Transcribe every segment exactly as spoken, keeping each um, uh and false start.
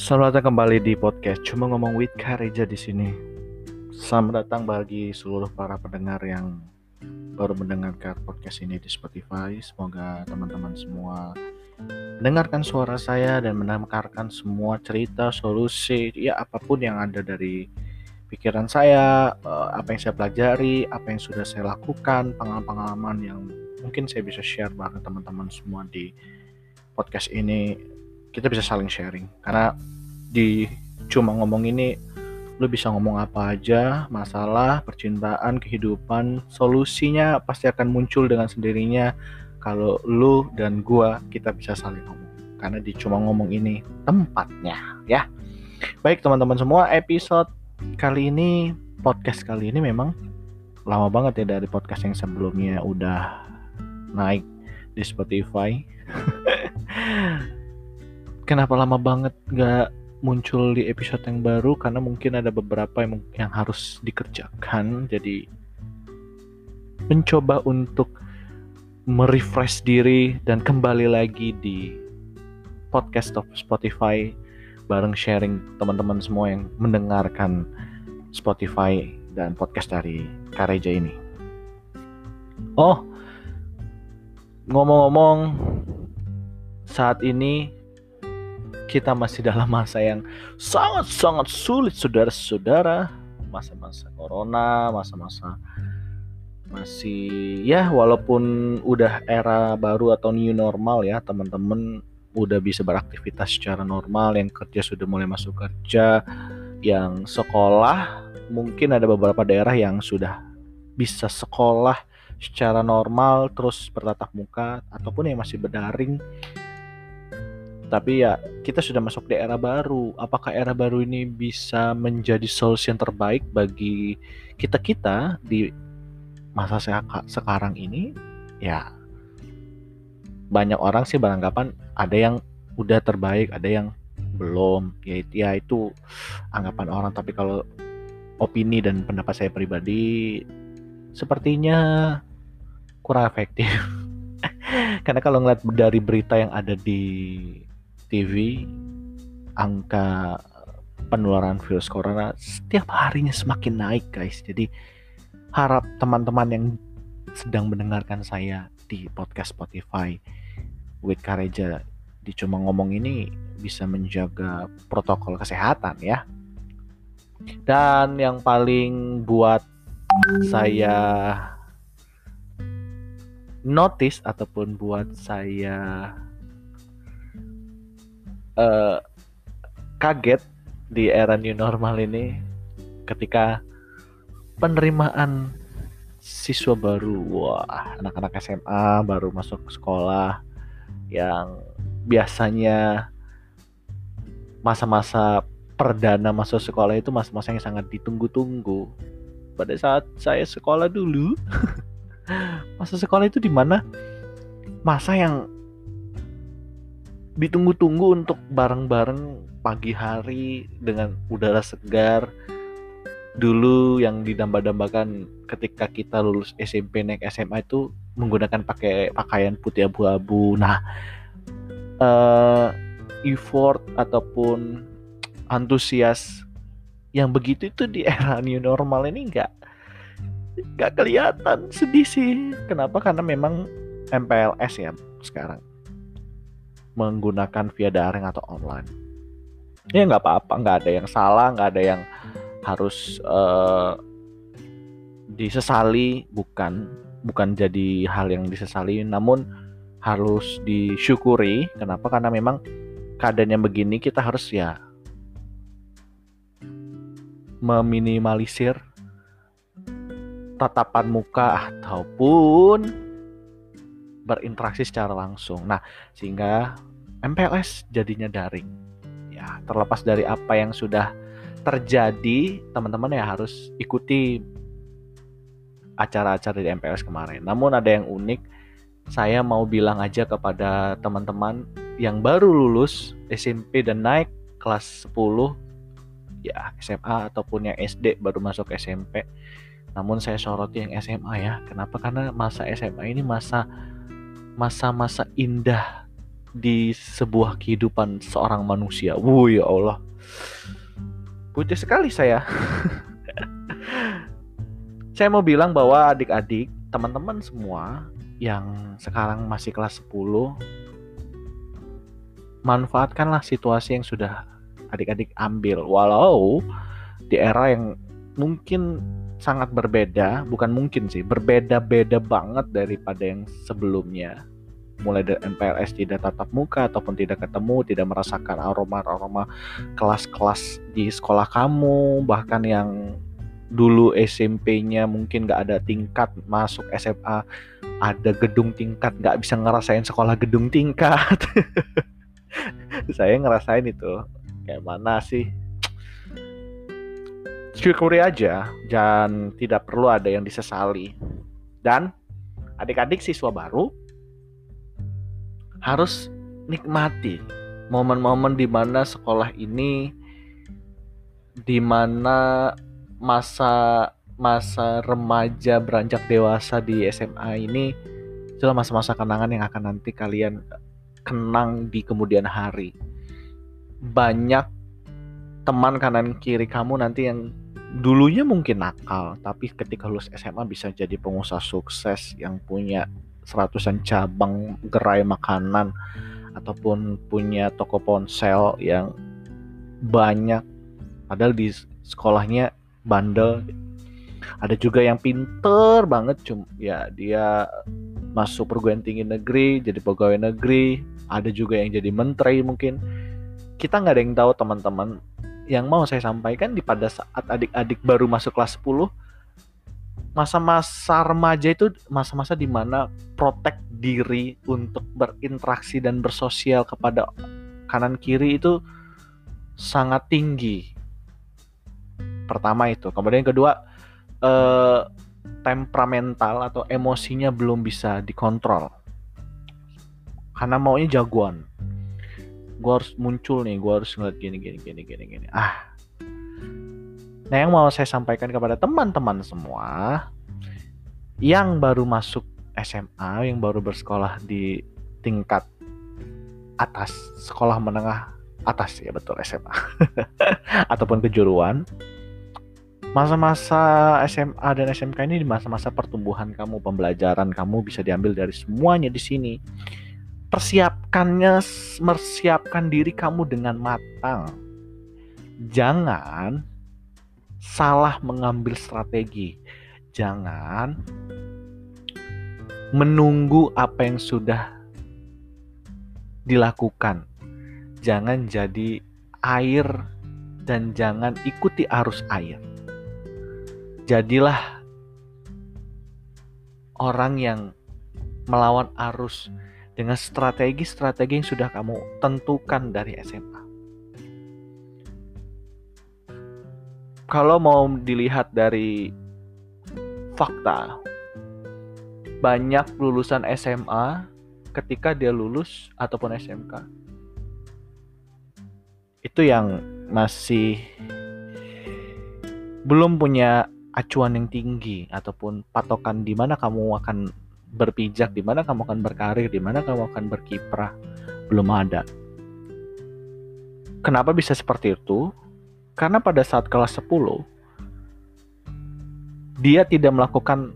Selamat datang kembali di podcast Cuma Ngomong with Kareja di sini. Selamat datang bagi seluruh para pendengar yang baru mendengarkan podcast ini di Spotify. Semoga teman-teman semua mendengarkan suara saya dan mendengarkan semua cerita, solusi, ya apapun yang ada dari pikiran saya, apa yang saya pelajari, apa yang sudah saya lakukan, pengalaman-pengalaman yang mungkin saya bisa share bareng teman-teman semua di podcast ini. Kita bisa saling sharing, karena di Cuma Ngomong ini lu bisa ngomong apa aja, masalah, percintaan, kehidupan, solusinya pasti akan muncul dengan sendirinya kalau lu dan gua kita bisa saling ngomong, karena di Cuma Ngomong ini tempatnya ya. Baik teman-teman semua, episode kali ini, podcast kali ini memang lama banget ya dari podcast yang sebelumnya udah naik di Spotify. Kenapa lama banget gak muncul di episode yang baru? Karena mungkin ada beberapa yang, yang harus dikerjakan. Jadi mencoba untuk merefresh diri dan kembali lagi di podcast of Spotify bareng sharing teman-teman semua yang mendengarkan Spotify dan podcast dari Kareja ini. Oh, ngomong-ngomong, saat ini kita masih dalam masa yang sangat-sangat sulit, saudara-saudara. Masa-masa corona, masa-masa masih ya walaupun udah era baru atau new normal ya, teman-teman udah bisa beraktivitas secara normal, yang kerja sudah mulai masuk kerja, yang sekolah mungkin ada beberapa daerah yang sudah bisa sekolah secara normal terus bertatap muka, ataupun yang masih berdaring. Tapi ya kita sudah masuk di era baru. Apakah era baru ini bisa menjadi solusi yang terbaik bagi kita-kita di masa sekarang ini? Ya banyak orang sih beranggapan ada yang udah terbaik, ada yang belum. Ya, ya itu anggapan orang. Tapi kalau opini dan pendapat saya pribadi, sepertinya kurang efektif. Karena kalau ngeliat dari berita yang ada di T V, angka penularan virus corona setiap harinya semakin naik, guys. Jadi harap teman-teman yang sedang mendengarkan saya di podcast Spotify with Kareja di Cuma Ngomong ini bisa menjaga protokol kesehatan ya. Dan yang paling buat saya notice ataupun buat saya Uh, kaget di era new normal ini ketika penerimaan siswa baru. Wah, anak-anak S M A baru masuk sekolah yang biasanya masa-masa perdana masuk sekolah itu masa-masa yang sangat ditunggu-tunggu. Pada saat saya sekolah dulu, masa sekolah itu di mana masa yang ditunggu-tunggu untuk bareng-bareng pagi hari dengan udara segar. Dulu yang didamba-dambakan ketika kita lulus S M P naik S M A itu menggunakan pakai pakaian putih abu-abu. Nah, uh, effort ataupun antusias yang begitu itu di era new normal ini nggak nggak kelihatan. Sedih sih. Kenapa? Karena memang M P L S ya sekarang menggunakan via daring atau online. Ya nggak apa-apa, nggak ada yang salah, nggak ada yang harus uh, disesali, bukan bukan jadi hal yang disesali, namun harus disyukuri. Kenapa? Karena memang keadaan yang begini kita harus ya meminimalisir tatapan muka ataupun berinteraksi secara langsung. Nah, sehingga M P L S jadinya daring. Ya, terlepas dari apa yang sudah terjadi, teman-teman ya harus ikuti acara-acara di M P L S kemarin. Namun ada yang unik, saya mau bilang aja kepada teman-teman yang baru lulus S M P dan naik kelas sepuluh, ya S M A ataupun yang S D baru masuk S M P. Namun saya soroti yang S M A ya. Kenapa? Karena masa S M A ini masa masa-masa indah di sebuah kehidupan seorang manusia. Wuh, ya Allah. Putih sekali saya. Saya mau bilang bahwa adik-adik, teman-teman semua yang sekarang masih kelas sepuluh, manfaatkanlah situasi yang sudah adik-adik ambil. Walau di era yang mungkin sangat berbeda, bukan mungkin sih, berbeda-beda banget daripada yang sebelumnya. Mulai dari M P L S tidak tatap muka ataupun tidak ketemu, tidak merasakan aroma-aroma kelas-kelas di sekolah kamu, bahkan yang dulu S M P-nya mungkin gak ada tingkat, masuk S M A ada gedung tingkat, gak bisa ngerasain sekolah gedung tingkat. Saya ngerasain itu, kayak mana sih. Syukuri aja, dan tidak perlu ada yang disesali. Dan adik-adik siswa baru harus nikmati momen-momen di mana sekolah ini, di mana masa masa remaja beranjak dewasa di S M A ini itulah masa-masa kenangan yang akan nanti kalian kenang di kemudian hari. Banyak teman kanan kiri kamu nanti yang dulunya mungkin nakal, tapi ketika lulus S M A bisa jadi pengusaha sukses yang punya seratusan cabang gerai makanan ataupun punya toko ponsel yang banyak, padahal di sekolahnya bandel. Ada juga yang pinter banget, cum ya dia masuk perguruan tinggi negeri, jadi pegawai negeri. Ada juga yang jadi menteri mungkin. Kita nggak ada yang tahu, teman-teman. Yang mau saya sampaikan di pada saat adik-adik baru masuk kelas sepuluh, masa-masa remaja itu masa-masa di mana protect diri untuk berinteraksi dan bersosial kepada kanan kiri itu sangat tinggi. Pertama itu. Kemudian yang kedua, eh, temperamental atau emosinya belum bisa dikontrol. Karena maunya jagoan. Gue harus muncul nih, gue harus ngeliat gini, gini, gini, gini, gini. Ah. Nah, yang mau saya sampaikan kepada teman-teman semua yang baru masuk S M A, yang baru bersekolah di tingkat atas, sekolah menengah atas, ya betul, S M A ataupun kejuruan, masa-masa S M A dan S M K ini di masa-masa pertumbuhan kamu, pembelajaran kamu bisa diambil dari semuanya di sini. Persiapkannya, mempersiapkan diri kamu dengan matang. Jangan salah mengambil strategi. Jangan menunggu apa yang sudah dilakukan. Jangan jadi air dan jangan ikuti arus air. Jadilah orang yang melawan arus dengan strategi-strategi yang sudah kamu tentukan dari S M A. Kalau mau dilihat dari fakta, banyak lulusan S M A ketika dia lulus ataupun S M K itu yang masih belum punya acuan yang tinggi ataupun patokan di mana kamu akan berpijak, di mana kamu akan berkarir, di mana kamu akan berkiprah, belum ada. Kenapa bisa seperti itu? Karena pada saat kelas sepuluh dia tidak melakukan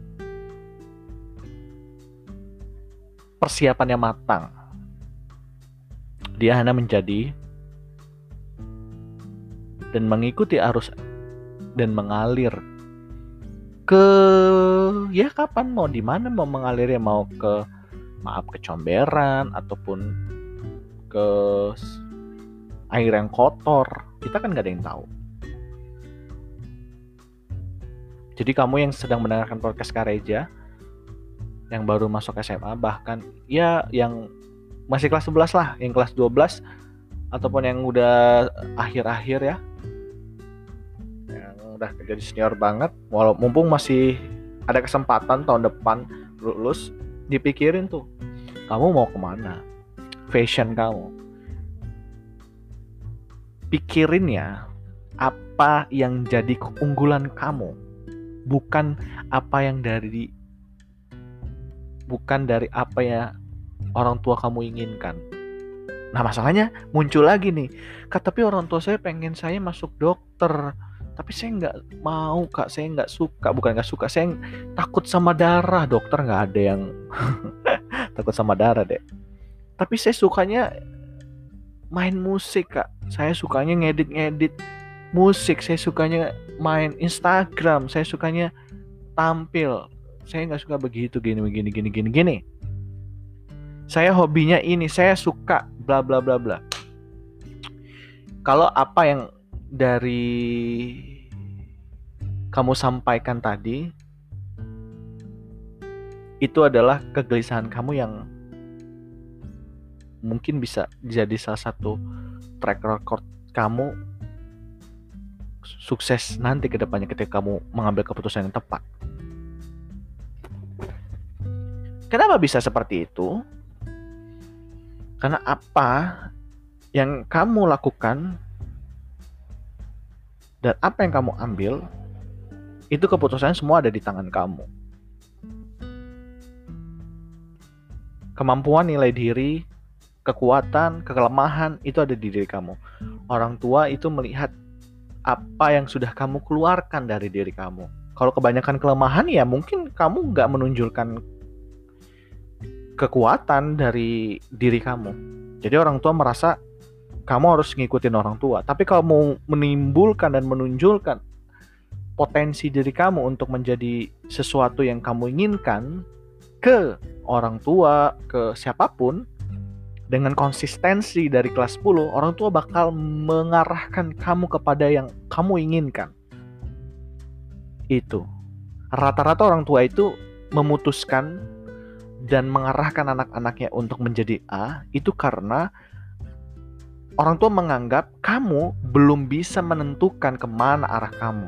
persiapannya matang. Dia hanya menjadi dan mengikuti arus dan mengalir ke, ya kapan mau, di mana mau mengalirnya, mau ke, maaf, ke comberan ataupun ke air yang kotor, kita kan gak ada yang tahu. Jadi kamu yang sedang mendengarkan podcast Kareja, yang baru masuk S M A, bahkan ya yang masih kelas sebelas lah, yang kelas dua belas ataupun yang udah akhir-akhir ya, yang udah jadi senior banget, walau mumpung masih ada kesempatan tahun depan lulus, dipikirin tuh kamu mau kemana, fashion kamu, pikirin ya apa yang jadi keunggulan kamu, bukan apa yang dari bukan dari apa ya orang tua kamu inginkan. Nah masalahnya muncul lagi nih, Kak, tapi orang tua saya pengen saya masuk dokter, tapi saya nggak mau, Kak, saya nggak suka, bukan nggak suka, saya takut sama darah, dokter nggak ada yang takut sama darah deh. Tapi saya sukanya main musik, Kak, saya sukanya ngedit-ngedit musik, saya sukanya main Instagram, saya sukanya tampil, saya nggak suka begitu, gini, gini, gini, gini, gini. Saya hobinya ini, saya suka bla bla bla bla. Kalau apa yang dari kamu sampaikan tadi itu adalah kegelisahan kamu yang mungkin bisa jadi salah satu track record kamu sukses nanti ke depannya ketika kamu mengambil keputusan yang tepat. Kenapa bisa seperti itu? Karena apa yang kamu lakukan dan apa yang kamu ambil, itu keputusan semua ada di tangan kamu. Kemampuan, nilai diri, kekuatan, kelemahan, itu ada di diri kamu. Orang tua itu melihat apa yang sudah kamu keluarkan dari diri kamu. Kalau kebanyakan kelemahan, ya mungkin kamu gak menunjukkan kekuatan dari diri kamu. Jadi orang tua merasa kamu harus ngikutin orang tua. Tapi kalau mau menimbulkan dan menunjukkan potensi diri kamu untuk menjadi sesuatu yang kamu inginkan ke orang tua, ke siapapun, dengan konsistensi dari kelas sepuluh, orang tua bakal mengarahkan kamu kepada yang kamu inginkan. Itu. Rata-rata orang tua itu memutuskan dan mengarahkan anak-anaknya untuk menjadi A, itu karena orang tua menganggap kamu belum bisa menentukan kemana arah kamu.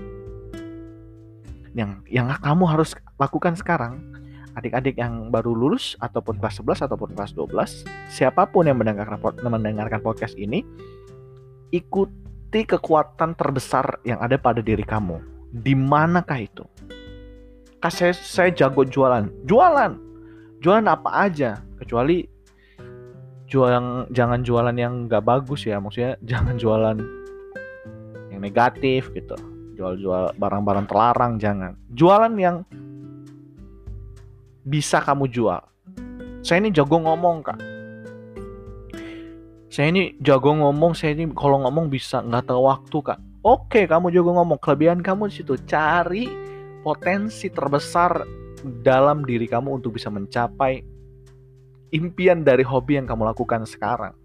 Yang, yang kamu harus lakukan sekarang, adik-adik yang baru lulus ataupun kelas sebelas ataupun kelas dua belas, siapapun yang mendengarkan, mendengarkan podcast ini, ikuti kekuatan terbesar yang ada pada diri kamu. Di manakah itu? Kak, saya, saya jago jualan. Jualan! Jualan apa aja, kecuali jualan, jangan jualan yang gak bagus ya, maksudnya jangan jualan yang negatif gitu, jual-jual barang-barang terlarang, jangan. Jualan yang bisa kamu jual. Saya ini jago ngomong, Kak. Saya ini jago ngomong, saya ini kalau ngomong bisa nggak tahu waktu, Kak. Oke, kamu jago ngomong, kelebihan kamu di situ. Cari potensi terbesar dalam diri kamu untuk bisa mencapai impian dari hobi yang kamu lakukan sekarang.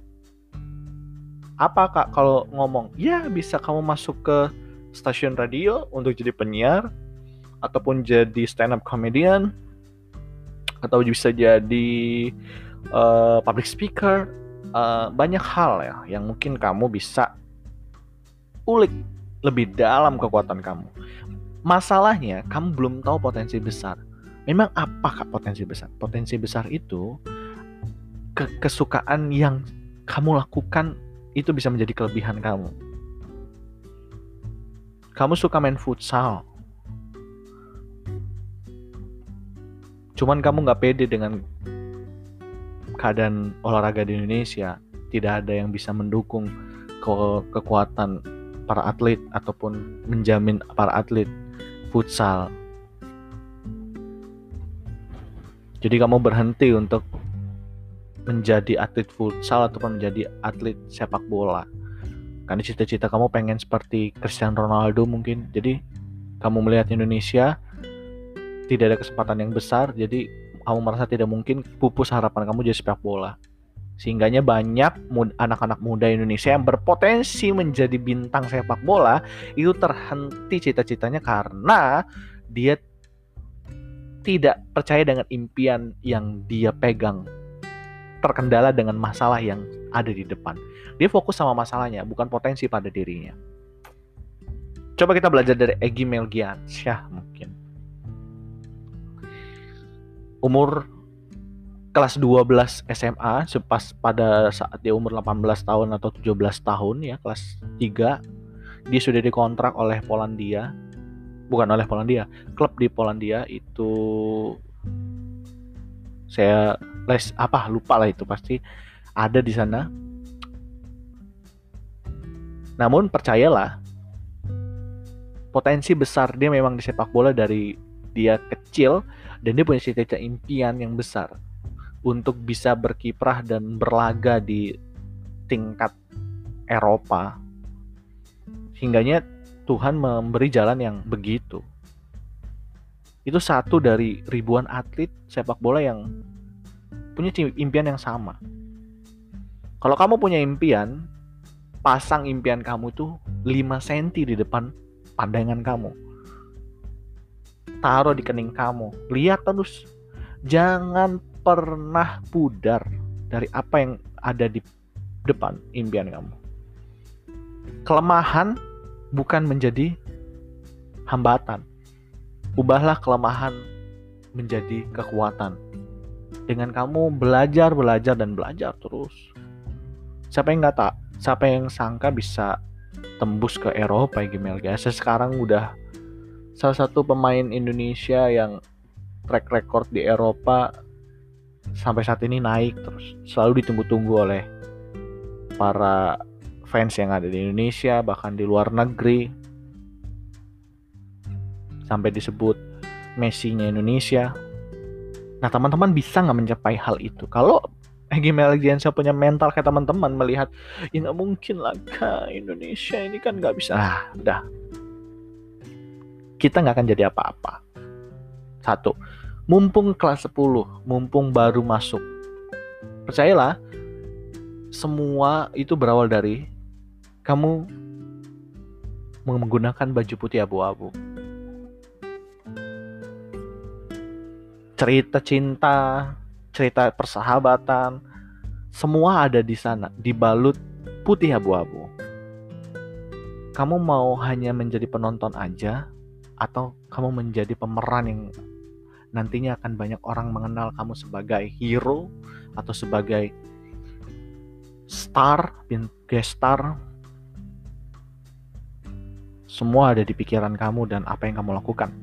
Apa, Kak, kalau ngomong? Ya, bisa kamu masuk ke stasiun radio untuk jadi penyiar, ataupun jadi stand up comedian, atau bisa jadi uh, public speaker. Uh, banyak hal ya yang mungkin kamu bisa ulik lebih dalam kekuatan kamu. Masalahnya kamu belum tahu potensi besar. Memang apa, Kak, potensi besar? Potensi besar itu ke- kesukaan yang kamu lakukan itu bisa menjadi kelebihan kamu. Kamu suka main futsal, cuman kamu gak pede dengan keadaan olahraga di Indonesia. Tidak ada yang bisa mendukung ke- kekuatan para atlet ataupun menjamin para atlet futsal. Jadi kamu berhenti untuk menjadi atlet futsal ataupun menjadi atlet sepak bola. Karena cita-cita kamu pengen seperti Cristiano Ronaldo mungkin. Jadi kamu melihat Indonesia tidak ada kesempatan yang besar, jadi kamu merasa tidak mungkin, pupus harapan kamu jadi sepak bola. Sehingganya banyak mud- anak-anak muda Indonesia yang berpotensi menjadi bintang sepak bola itu terhenti cita-citanya karena dia tidak percaya dengan impian yang dia pegang, terkendala dengan masalah yang ada di depan. Dia fokus sama masalahnya, bukan potensi pada dirinya. Coba kita belajar dari Egy Melgiansyah mungkin. Umur kelas dua belas S M A, sepas pada saat dia umur delapan belas tahun atau tujuh belas tahun ya, kelas tiga, dia sudah dikontrak oleh Polandia. Bukan oleh Polandia, klub di Polandia itu saya les apa lupa lah, itu pasti ada di sana. Namun percayalah, potensi besar dia memang di sepak bola dari dia kecil, dan dia punya cita-cita impian yang besar untuk bisa berkiprah dan berlaga di tingkat Eropa. Hingganya Tuhan memberi jalan yang begitu. Itu satu dari ribuan atlet sepak bola yang punya impian yang sama. Kalau kamu punya impian, pasang impian kamu tuh lima sentimeter di depan pandangan kamu. Taruh di kening kamu. Lihat terus. Jangan pernah pudar dari apa yang ada di depan impian kamu. Kelemahan bukan menjadi hambatan. Ubahlah kelemahan menjadi kekuatan. Dengan kamu belajar, belajar, dan belajar terus. Siapa yang nggak tak? Siapa yang sangka bisa tembus ke Eropa, Egy Melgiasa sekarang udah salah satu pemain Indonesia yang track record di Eropa sampai saat ini naik terus. Selalu ditunggu-tunggu oleh para fans yang ada di Indonesia, bahkan di luar negeri. Sampai disebut Messi-nya Indonesia. Nah, teman-teman bisa nggak mencapai hal itu? Kalau Egy Melgiasa punya mental kayak teman-teman melihat, ya nggak mungkin lah Kak, Indonesia ini kan nggak bisa. Ah, udah. Kita nggak akan jadi apa-apa. Satu, mumpung kelas sepuluh, mumpung baru masuk. Percayalah, semua itu berawal dari kamu menggunakan baju putih abu-abu. Cerita cinta, cerita persahabatan, semua ada di sana, dibalut putih abu-abu. Kamu mau hanya menjadi penonton aja, atau kamu menjadi pemeran yang nantinya akan banyak orang mengenal kamu sebagai hero atau sebagai star, guest star. Semua ada di pikiran kamu dan apa yang kamu lakukan.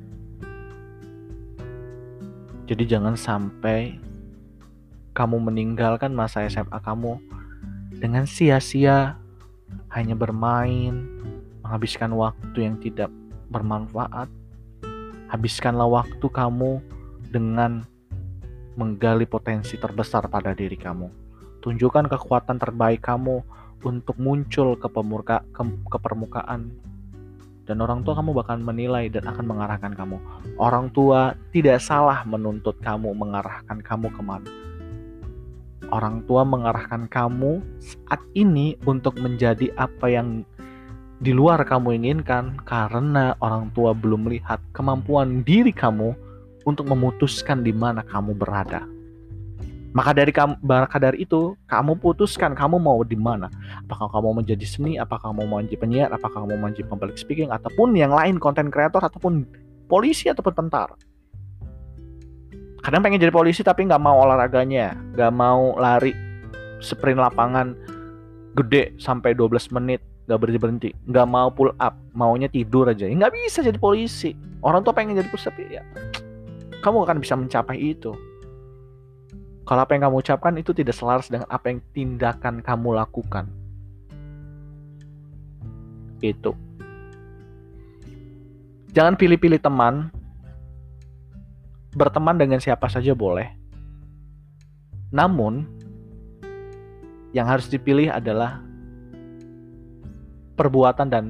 Jadi jangan sampai kamu meninggalkan masa S M A kamu dengan sia-sia, hanya bermain, menghabiskan waktu yang tidak bermanfaat. Habiskanlah waktu kamu dengan menggali potensi terbesar pada diri kamu. Tunjukkan kekuatan terbaik kamu untuk muncul ke, pemurka, ke, ke permukaan. Dan orang tua kamu bakal menilai dan akan mengarahkan kamu. Orang tua tidak salah menuntut kamu, mengarahkan kamu kemana. Orang tua mengarahkan kamu saat ini untuk menjadi apa yang di luar kamu inginkan, karena orang tua belum melihat kemampuan diri kamu untuk memutuskan di mana kamu berada. Maka dari kamu, maka dari itu, kamu putuskan kamu mau di mana. Apakah kamu menjadi seni, apakah kamu mau menjadi penyiar, apakah kamu mau menjadi public speaking, ataupun yang lain, content creator, ataupun polisi ataupun tentara. Kadang pengen jadi polisi tapi nggak mau olahraganya, nggak mau lari sprint lapangan gede sampai dua belas menit, nggak berhenti-berhenti, nggak mau pull up, maunya tidur aja. Ya, nggak bisa jadi polisi. Orang tua pengen jadi polisi tapi ya, kamu akan bisa mencapai itu. Kalau apa yang kamu ucapkan itu tidak selaras dengan apa yang tindakan kamu lakukan. Itu. Jangan pilih-pilih teman. Berteman dengan siapa saja boleh. Namun, yang harus dipilih adalah perbuatan dan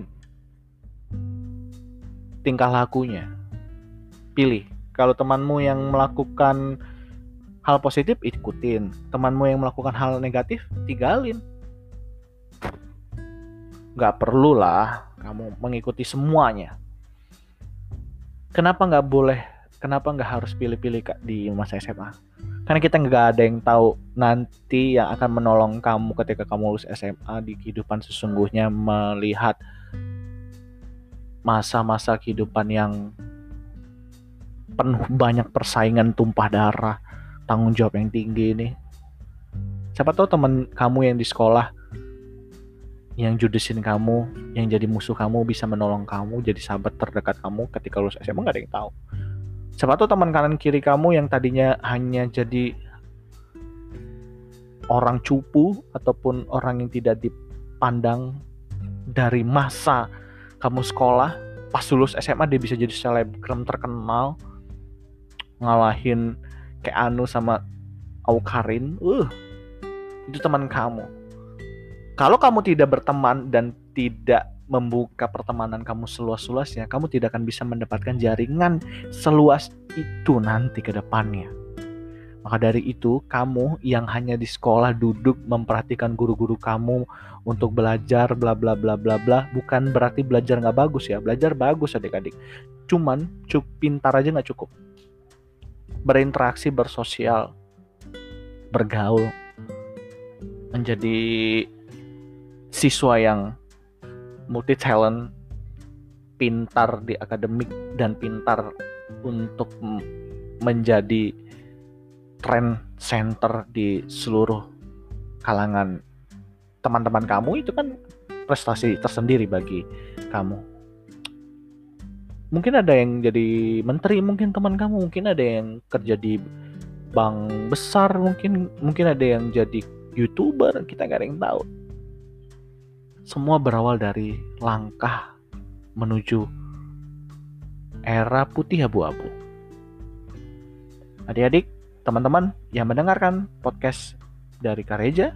tingkah lakunya. Pilih. Kalau temanmu yang melakukan hal positif, ikutin. Temanmu yang melakukan hal negatif, tinggalin. Gak perlu lah kamu mengikuti semuanya. Kenapa gak boleh? Kenapa gak harus pilih-pilih di masa S M A? Karena kita gak ada yang tahu nanti yang akan menolong kamu ketika kamu lulus S M A di kehidupan sesungguhnya, melihat masa-masa kehidupan yang penuh banyak persaingan, tumpah darah, tanggung jawab yang tinggi ini. Siapa tahu teman kamu yang di sekolah, yang judesin kamu, yang jadi musuh kamu, bisa menolong kamu, jadi sahabat terdekat kamu ketika lulus S M A. Gak ada yang tahu. Siapa tahu teman kanan kiri kamu yang tadinya hanya jadi orang cupu ataupun orang yang tidak dipandang dari masa kamu sekolah, pas lulus S M A dia bisa jadi selebgram terkenal, ngalahin kayak Anu sama Aukarin. Uh, itu teman kamu. Kalau kamu tidak berteman dan tidak membuka pertemanan kamu seluas-luasnya, kamu tidak akan bisa mendapatkan jaringan seluas itu nanti ke depannya. Maka dari itu, kamu yang hanya di sekolah duduk memperhatikan guru-guru kamu untuk belajar bla bla bla bla bla, bukan berarti belajar nggak bagus ya. Belajar bagus adik-adik. Cuman cukup pintar aja nggak cukup. Berinteraksi, bersosial, bergaul, menjadi siswa yang multi talent, pintar di akademik dan pintar untuk menjadi trend center di seluruh kalangan teman-teman kamu, itu kan prestasi tersendiri bagi kamu. Mungkin ada yang jadi menteri, mungkin teman kamu, mungkin ada yang kerja di bank besar, mungkin mungkin ada yang jadi YouTuber, kita gak ada yang tahu. Semua berawal dari langkah menuju era putih abu-abu. Adik-adik, teman-teman yang mendengarkan podcast dari Kareja,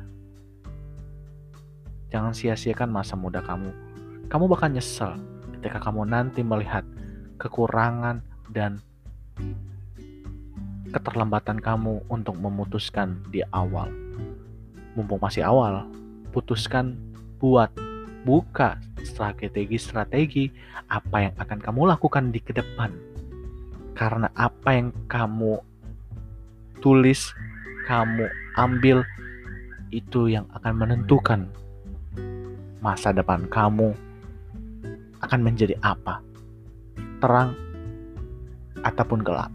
jangan sia-siakan masa muda kamu. Kamu bakal nyesel ketika kamu nanti melihat kekurangan dan keterlambatan kamu untuk memutuskan di awal. Mumpung masih awal, putuskan, buat, buka strategi-strategi apa yang akan kamu lakukan di ke depan. Karena apa yang kamu tulis, kamu ambil, itu yang akan menentukan masa depan kamu akan menjadi apa, terang ataupun gelap.